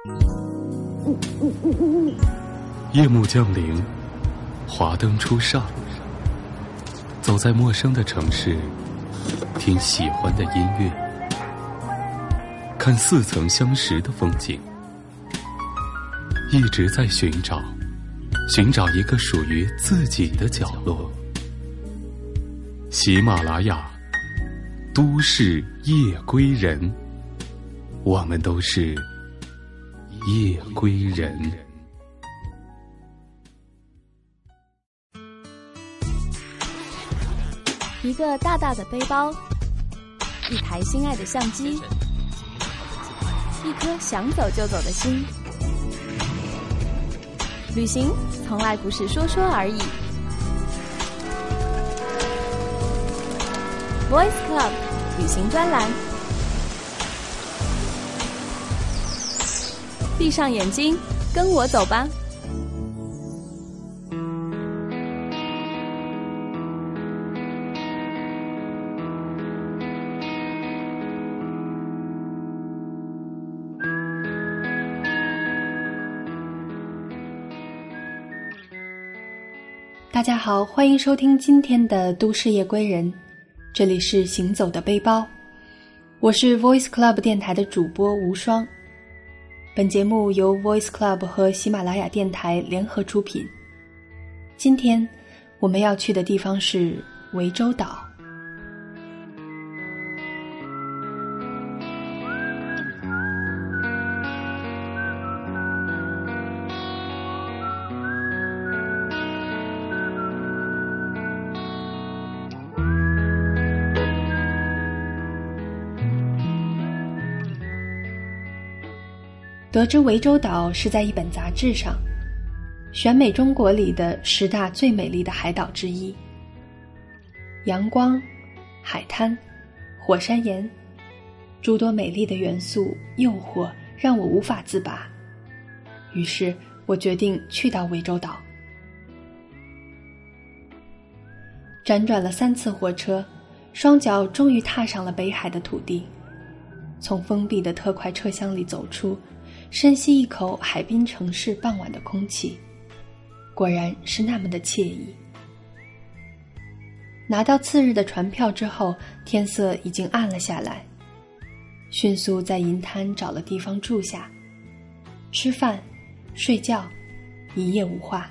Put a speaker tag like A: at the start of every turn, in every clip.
A: 夜幕降临，华灯初上，走在陌生的城市，听喜欢的音乐，看似曾相识的风景，一直在寻找一个属于自己的角落。喜马拉雅，都市夜归人，我们都是夜归人。
B: 一个大大的背包，一台心爱的相机，一颗想走就走的心。旅行从来不是说说而已。Voice Club 旅行专栏，闭上眼睛，跟我走吧。
C: 大家好，欢迎收听今天的都市夜归人，这里是行走的背包，我是 Voice Club 电台的主播无双。本节目由 Voice Club 和喜马拉雅电台联合出品。今天我们要去的地方是涠洲岛。得知涠洲岛是在一本杂志上选美中国里的10大最美丽的海岛之一，阳光、海滩、火山岩，诸多美丽的元素诱惑让我无法自拔，于是我决定去到涠洲岛。辗转了3次火车，双脚终于踏上了北海的土地，从封闭的特快车厢里走出，深吸一口海滨城市傍晚的空气，果然是那么的惬意。拿到次日的船票之后，天色已经暗了下来，迅速在银滩找了地方住下，吃饭睡觉，一夜无话。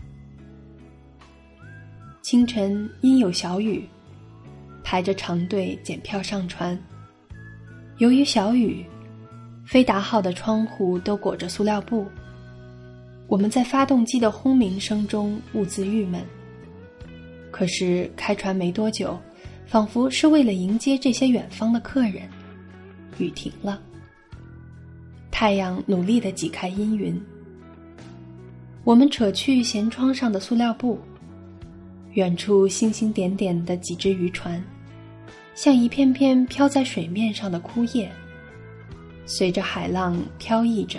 C: 清晨因有小雨，排着长队检票上船。由于小雨，飞达号的窗户都裹着塑料布，我们在发动机的轰鸣声中兀自郁闷。可是开船没多久，仿佛是为了迎接这些远方的客人，雨停了，太阳努力地挤开阴云。我们扯去舷窗上的塑料布，远处星星点点的几只渔船，像一片片飘在水面上的枯叶，随着海浪飘逸着。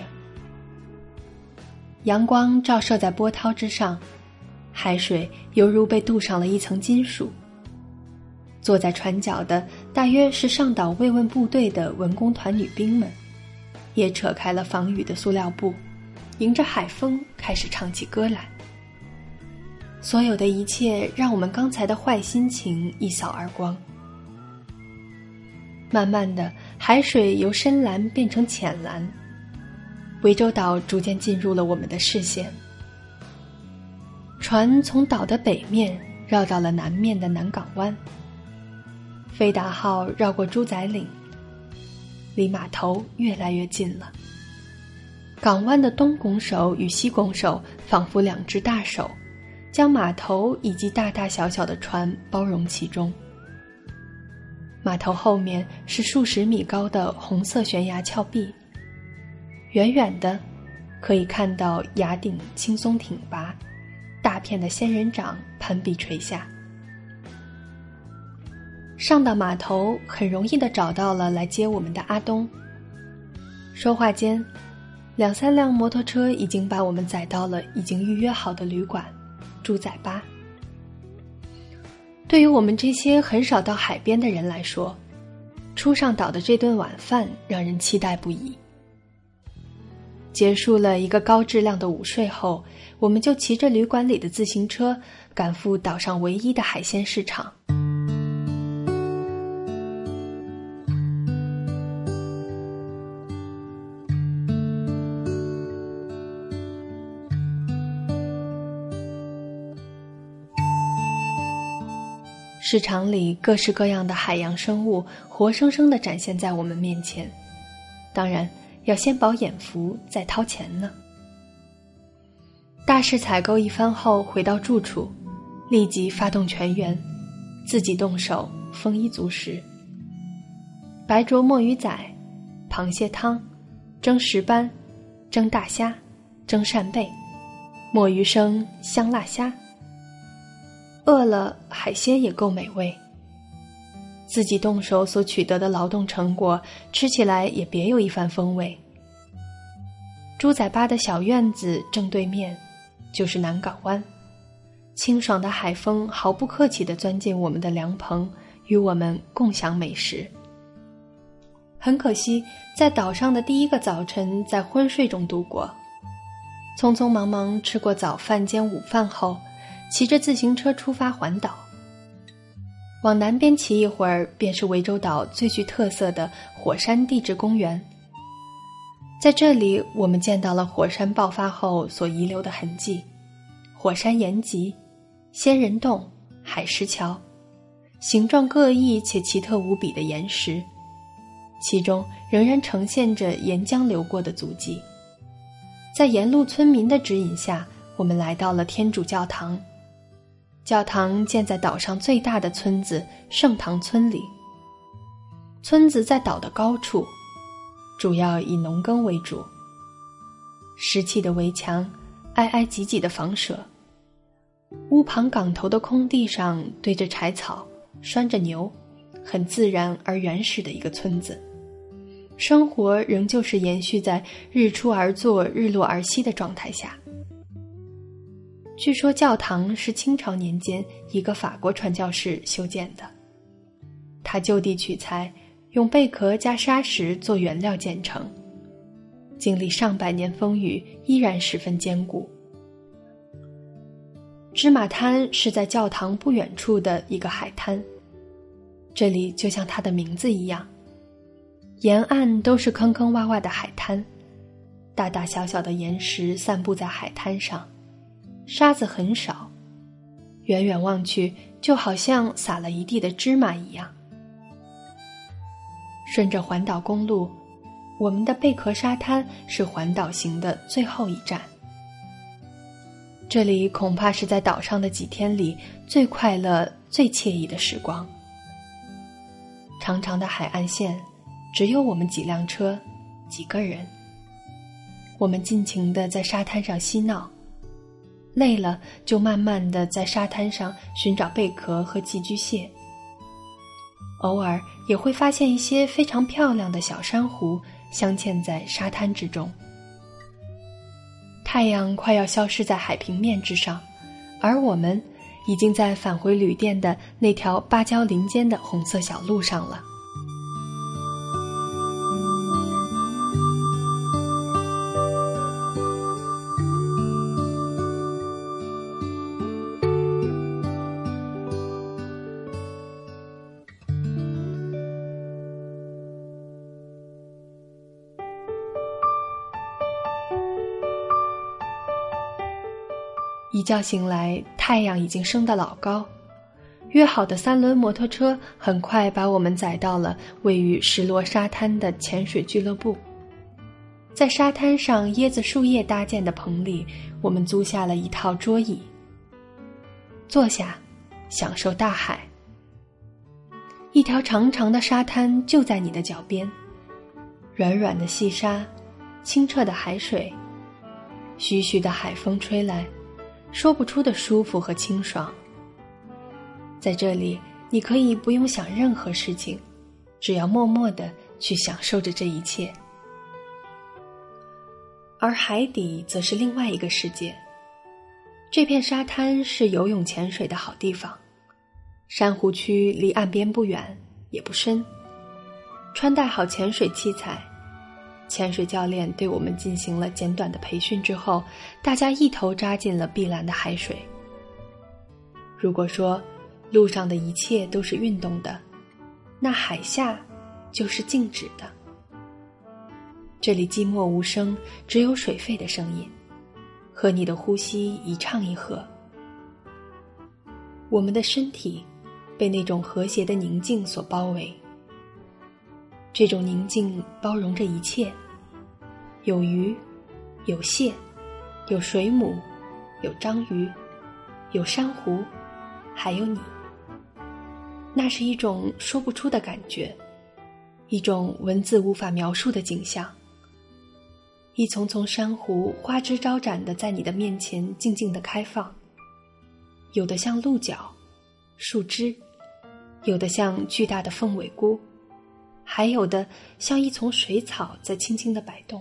C: 阳光照射在波涛之上，海水犹如被镀上了一层金属。坐在船角的大约是上岛慰问部队的文工团女兵们，也扯开了防雨的塑料布，迎着海风开始唱起歌来。所有的一切让我们刚才的坏心情一扫而光。慢慢的，海水由深蓝变成浅蓝，涠洲岛逐渐进入了我们的视线。船从岛的北面绕到了南面的南港湾，飞达号绕过猪仔岭，离码头越来越近了。港湾的东拱手与西拱手仿佛2只大手，将码头以及大大小小的船包容其中。码头后面是数十米高的红色悬崖峭壁，远远的可以看到崖顶轻松挺拔，大片的仙人掌攀壁垂下。上到码头，很容易地找到了来接我们的阿东。说话间，2、3辆摩托车已经把我们载到了已经预约好的旅馆猪仔巴。对于我们这些很少到海边的人来说，初上岛的这顿晚饭让人期待不已。 结束了一个高质量的午睡后，我们就骑着旅馆里的自行车赶赴岛上唯一的海鲜市场。市场里各式各样的海洋生物活生生地展现在我们面前，当然要先饱眼福再掏钱呢。大肆采购一番后回到住处，立即发动全员，自己动手丰衣足食。白灼墨鱼仔、螃蟹汤、蒸石斑、蒸大虾、蒸扇贝、墨鱼生、香辣虾。饿了，海鲜也够美味。自己动手所取得的劳动成果，吃起来也别有一番风味。猪仔巴的小院子正对面就是南港湾，清爽的海风毫不客气地钻进我们的凉棚，与我们共享美食。很可惜，在岛上的第一个早晨在昏睡中度过，匆匆忙忙吃过早饭兼午饭后，骑着自行车出发环岛。往南边骑一会儿，便是涠洲岛最具特色的火山地质公园。在这里，我们见到了火山爆发后所遗留的痕迹，火山岩脊、仙人洞、海石桥，形状各异且奇特无比的岩石，其中仍然呈现着岩浆流过的足迹。在沿路村民的指引下，我们来到了天主教堂。教堂建在岛上最大的村子圣堂村里。村子在岛的高处，主要以农耕为主。石砌的围墙，挨挨挤挤的房舍，屋旁港头的空地上堆着柴草，拴着牛，很自然而原始的一个村子。生活仍旧是延续在日出而作日落而息的状态下。据说教堂是清朝年间一个法国传教士修建的，他就地取材，用贝壳加砂石做原料建成，经历上百年风雨，依然十分坚固。芝麻滩是在教堂不远处的一个海滩，这里就像它的名字一样，沿岸都是坑坑洼洼的海滩，大大小小的岩石散布在海滩上，沙子很少，远远望去就好像撒了一地的芝麻一样。顺着环岛公路，我们的贝壳沙滩是环岛行的最后一站。这里恐怕是在岛上的几天里最快乐、最惬意的时光。长长的海岸线，只有我们几辆车，几个人。我们尽情地在沙滩上嬉闹，累了就慢慢地在沙滩上寻找贝壳和寄居蟹。偶尔也会发现一些非常漂亮的小珊瑚镶嵌在沙滩之中。太阳快要消失在海平面之上，而我们已经在返回旅店的那条芭蕉林间的红色小路上了。一觉醒来，太阳已经升得老高，约好的3轮摩托车很快把我们载到了位于石螺沙滩的潜水俱乐部。在沙滩上椰子树叶搭建的棚里，我们租下了一套桌椅，坐下享受大海。一条长长的沙滩就在你的脚边，软软的细沙，清澈的海水，徐徐的海风吹来，说不出的舒服和清爽。在这里，你可以不用想任何事情，只要默默地去享受着这一切。而海底则是另外一个世界。这片沙滩是游泳潜水的好地方，珊瑚区离岸边不远，也不深。穿戴好潜水器材， 潜水教练对我们进行了简短的培训之后，大家一头扎进了碧蓝的海水。如果说路上的一切都是运动的，那海下就是静止的。这里寂寞无声，只有水沸的声音，和你的呼吸一唱一和。我们的身体被那种和谐的宁静所包围，这种宁静包容着一切，有鱼，有蟹，有水母，有章鱼，有珊瑚，还有你。那是一种说不出的感觉，一种文字无法描述的景象。一丛丛珊瑚花枝招展地在你的面前静静地开放，有的像鹿角、树枝，有的像巨大的凤尾菇，还有的像一丛水草在轻轻地摆动。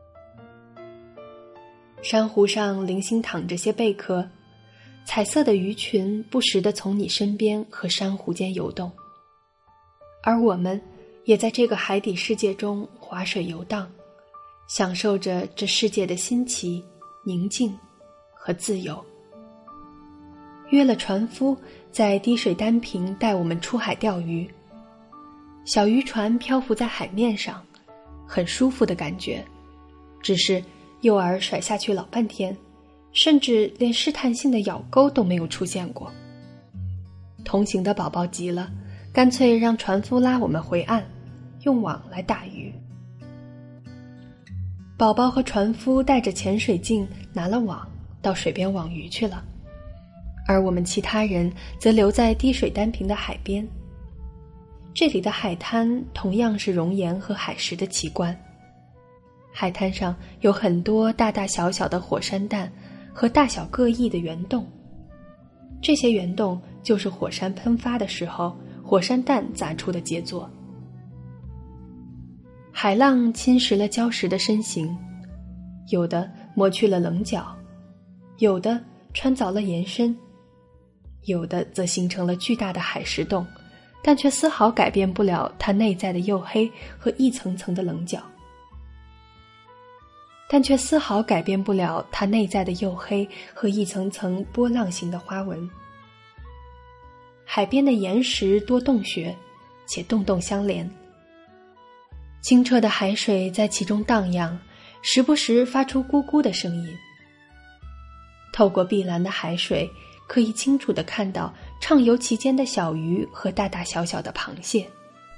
C: 珊瑚上零星躺着些贝壳，彩色的鱼群不时地从你身边和珊瑚间游动，而我们也在这个海底世界中划水游荡，享受着这世界的新奇、宁静和自由。约了船夫在滴水丹坪带我们出海钓鱼，小渔船漂浮在海面上，很舒服的感觉，只是诱饵甩下去老半天，甚至连试探性的咬钩都没有出现过。同行的宝宝急了，干脆让船夫拉我们回岸，用网来打鱼。宝宝和船夫带着潜水镜拿了网，到水边网鱼去了，而我们其他人则留在滴水丹坪的海边。这里的海滩同样是熔岩和海蚀的奇观，海滩上有很多大大小小的火山弹和大小各异的圆洞，这些圆洞就是火山喷发的时候火山弹砸出的杰作。海浪侵蚀了礁石的身形，有的磨去了棱角，有的穿凿了延伸，有的则形成了巨大的海蚀洞，但却丝毫改变不了它内在的黝黑和一层层的棱角。波浪形的花纹。海边的岩石多洞穴，且洞洞相连。清澈的海水在其中荡漾，时不时发出咕咕的声音。透过碧蓝的海水，可以清楚地看到畅游其间的小鱼和大大小小的螃蟹。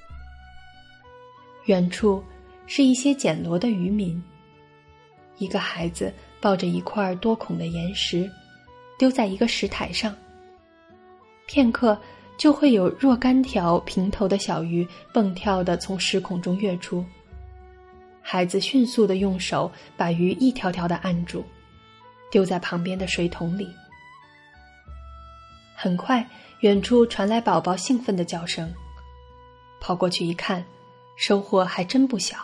C: 远处是一些捡螺的渔民，一个孩子抱着一块多孔的岩石，丢在一个石台上。片刻就会有若干条平头的小鱼蹦跳地从石孔中跃出，孩子迅速地用手把鱼一条条地按住，丢在旁边的水桶里。很快，远处传来宝宝兴奋的叫声，跑过去一看，收获还真不小。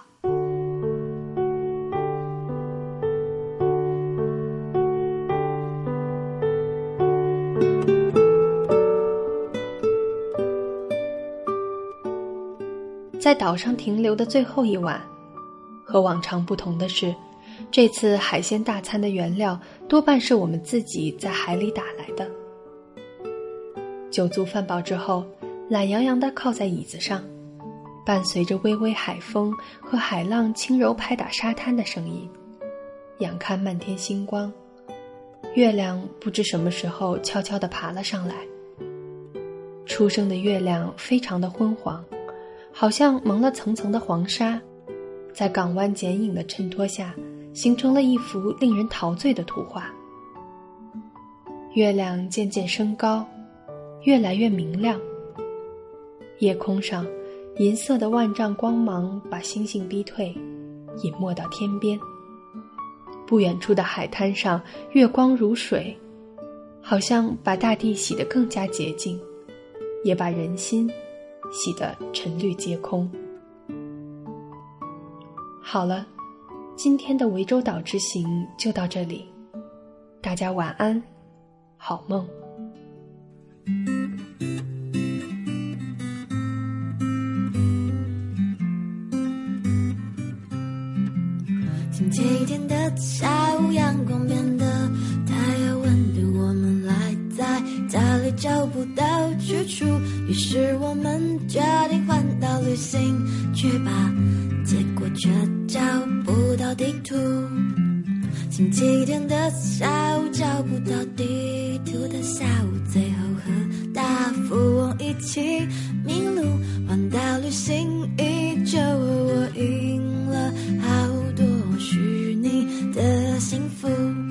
C: 在岛上停留的最后一晚，和往常不同的是，这次海鲜大餐的原料多半是我们自己在海里打来的。酒足饭饱之后，懒洋洋地靠在椅子上，伴随着微微海风和海浪轻柔拍打沙滩的声音，仰看漫天星光。月亮不知什么时候悄悄地爬了上来，初升的月亮非常的昏黄，好像蒙了层层的黄沙，在港湾剪影的衬托下，形成了一幅令人陶醉的图画。月亮渐渐升高，越来越明亮，夜空上银色的万丈光芒把星星逼退，隐没到天边。不远处的海滩上，月光如水，好像把大地洗得更加洁净，也把人心洗得沉绿皆空。好了，今天的涠洲岛之行就到这里，大家晚安，好梦。
D: 下午，阳光变得太阳温度，我们赖在家里找不到去处，于是我们决定环岛旅行去吧，结果却找不到地图。星期天的下午，找不到地图的下午，最后和大富翁一起迷路。环岛旅行依旧，我赢了好多虚拟的幸福。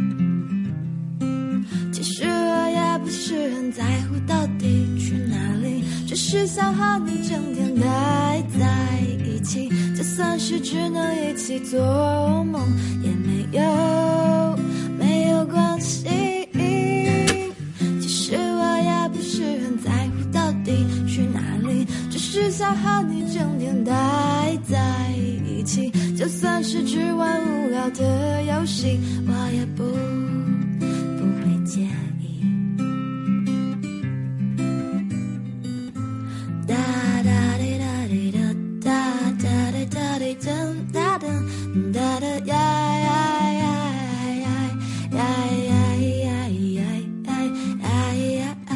D: 其实我也不是很在乎到底去哪里，只是想和你整天待在一起，就算是只能一起做梦也没有关系。其实我也不是很在乎到底去哪里，只是想和你整天待在一起，就算是只玩无聊的游戏，我也不会介意。哒哒滴哒滴哒哒哒滴哒滴噔哒噔哒哒呀呀呀呀呀呀呀呀呀呀。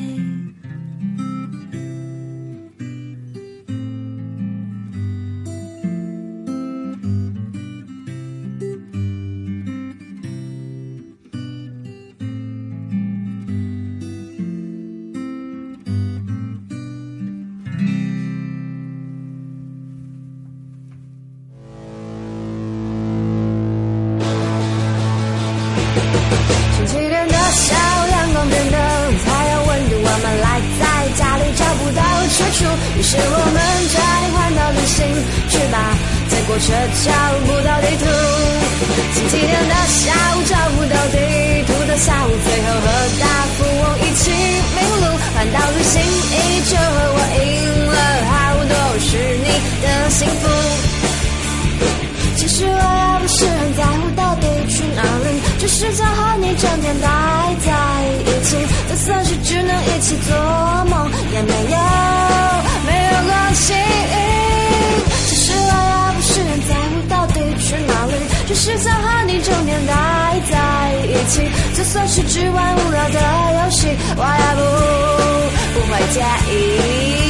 D: 星期天的下午，阳光变得太阳温度，我们赖在家里找不到去处，于是我们决定环岛旅行去吧，结果却找不到地图。星期天的下午，找不到地图的下午，最后和大富翁一起迷路。环岛旅行依旧，我赢了好多虚拟的幸福。其实我也不是很在乎到底去哪里，只是想和你整天待在一起，就算是只能一起做梦也没有关系。其实我也不是很在乎到底去哪里，只是想和你整天待在一起，就算是只玩无聊的游戏，我也不会介意。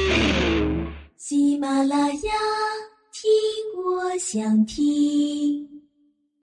E: 喜马拉雅，听我想听。